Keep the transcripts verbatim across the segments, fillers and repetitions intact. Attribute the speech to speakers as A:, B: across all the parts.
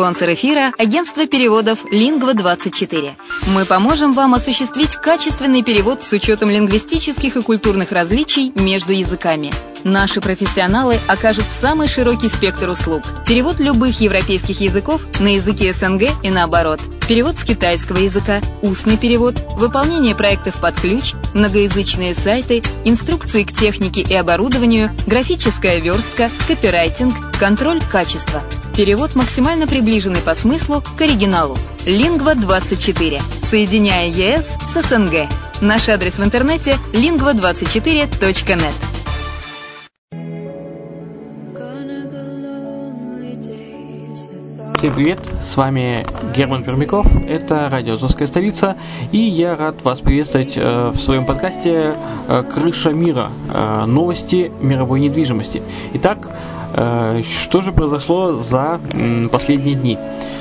A: Спонсор эфира – агентство переводов Lingva двадцать четыре. Мы поможем вам осуществить качественный перевод с учетом лингвистических и культурных различий между языками. Наши профессионалы окажут самый широкий спектр услуг. Перевод любых европейских языков на языки СНГ и наоборот. Перевод с китайского языка, устный перевод, выполнение проектов под ключ, многоязычные сайты, инструкции к технике и оборудованию, графическая верстка, копирайтинг, контроль качества. Перевод максимально приближенный по смыслу к оригиналу. Lingva двадцать четыре. Соединяя ЕС с СНГ. Наш адрес в интернете lingva двадцать четыре точка нет.
B: Всем привет, с вами Герман Пермяков, это радио «Азовская столица», и я рад вас приветствовать э, в своем подкасте э, «Крыша мира. Э, новости мировой недвижимости». Итак, э, что же произошло за э, последние дни?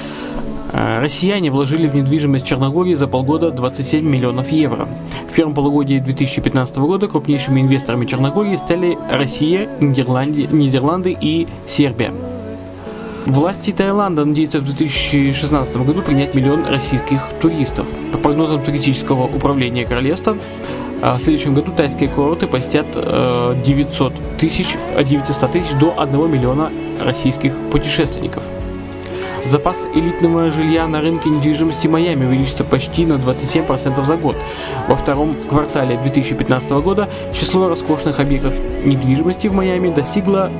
B: Э, россияне вложили в недвижимость Черногории за полгода двадцать семь миллионов евро. В первом полугодии две тысячи пятнадцатого года крупнейшими инвесторами Черногории стали Россия, Нидерланды, Нидерланды и Сербия. Власти Таиланда надеются в две тысячи шестнадцатом году принять миллион российских туристов. По прогнозам туристического управления королевства, в следующем году тайские курорты посетят девятьсот тысяч, от девятисот тысяч до одного миллиона российских путешественников. Запас элитного жилья на рынке недвижимости Майами увеличится почти на двадцать семь процентов за год. Во втором квартале две тысячи пятнадцатого года число роскошных объектов недвижимости в Майами достигло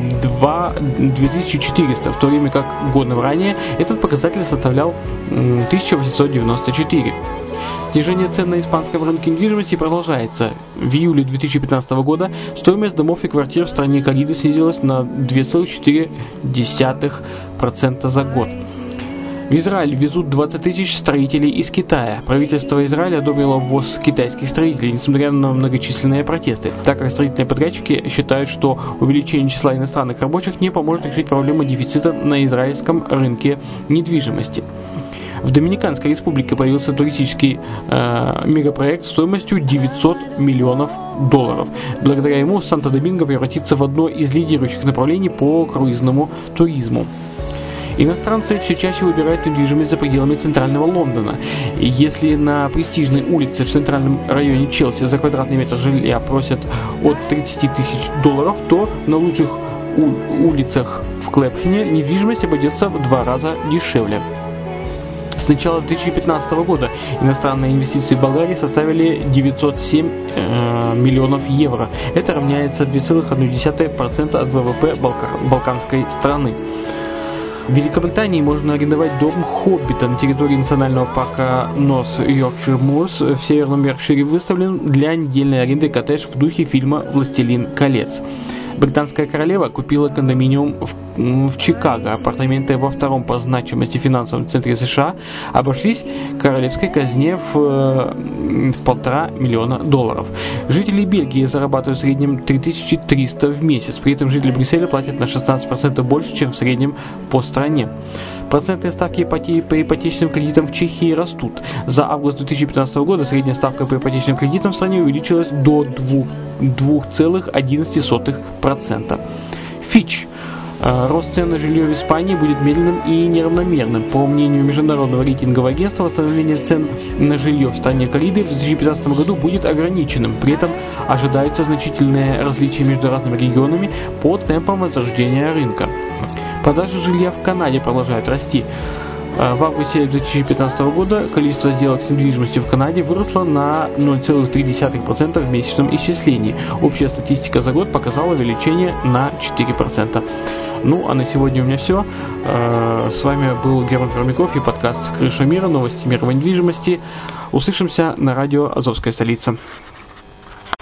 B: две тысячи четыреста, в то время как годом ранее этот показатель составлял тысяча восемьсот девяносто четыре. Снижение цен на испанском рынке недвижимости продолжается. В июле две тысячи пятнадцатого года стоимость домов и квартир в стране Карибы снизилась на два целых четыре десятых процента за год. В Израиль везут двадцать тысяч строителей из Китая. Правительство Израиля одобрило ввоз китайских строителей, несмотря на многочисленные протесты, так как строительные подрядчики считают, что увеличение числа иностранных рабочих не поможет решить проблему дефицита на израильском рынке недвижимости. В Доминиканской республике появился туристический э, мегапроект стоимостью девятьсот миллионов долларов. Благодаря ему Санто-Доминго превратится в одно из лидирующих направлений по круизному туризму. Иностранцы все чаще выбирают недвижимость за пределами центрального Лондона. Если на престижной улице в центральном районе Челси за квадратный метр жилья просят от тридцати тысяч долларов, то на лучших у- улицах в Клэпхене недвижимость обойдется в два раза дешевле. С начала две тысячи пятнадцатого года иностранные инвестиции в Болгарии составили девятьсот семь э, миллионов евро. Это равняется два целых одна десятая процента от ВВП Балка- балканской страны. В Великобритании можно арендовать дом Хоббита на территории национального парка North Yorkshire Moors. В Северном Йоркшире выставлен для недельной аренды коттедж в духе фильма «Властелин колец». Британская королева купила кондоминиум в, в Чикаго. Апартаменты во втором по значимости финансовом центре США обошлись королевской казне в, в полтора миллиона долларов. Жители Бельгии зарабатывают в среднем три тысячи триста в месяц. При этом жители Брюсселя платят на шестнадцать процентов больше, чем в среднем по стране. Процентные ставки по ипотечным кредитам в Чехии растут. За август две тысячи пятнадцатого года средняя ставка по ипотечным кредитам в стране увеличилась до двух целых одиннадцати сотых процента. Фич. Рост цен на жилье в Испании будет медленным и неравномерным. По мнению международного рейтингового агентства, восстановление цен на жилье в стране Карибы в две тысячи пятнадцатом году будет ограниченным. При этом ожидаются значительные различия между разными регионами по темпам возрождения рынка. Продажи жилья в Канаде продолжают расти. В августе две тысячи пятнадцатого года количество сделок с недвижимостью в Канаде выросло на ноль целых три десятых процента в месячном исчислении. Общая статистика за год показала увеличение на четыре процента. Ну, а на сегодня у меня все. С вами был Герман Пермяков и подкаст «Крыша мира. Новости мировой недвижимости». Услышимся на радио «Азовская столица».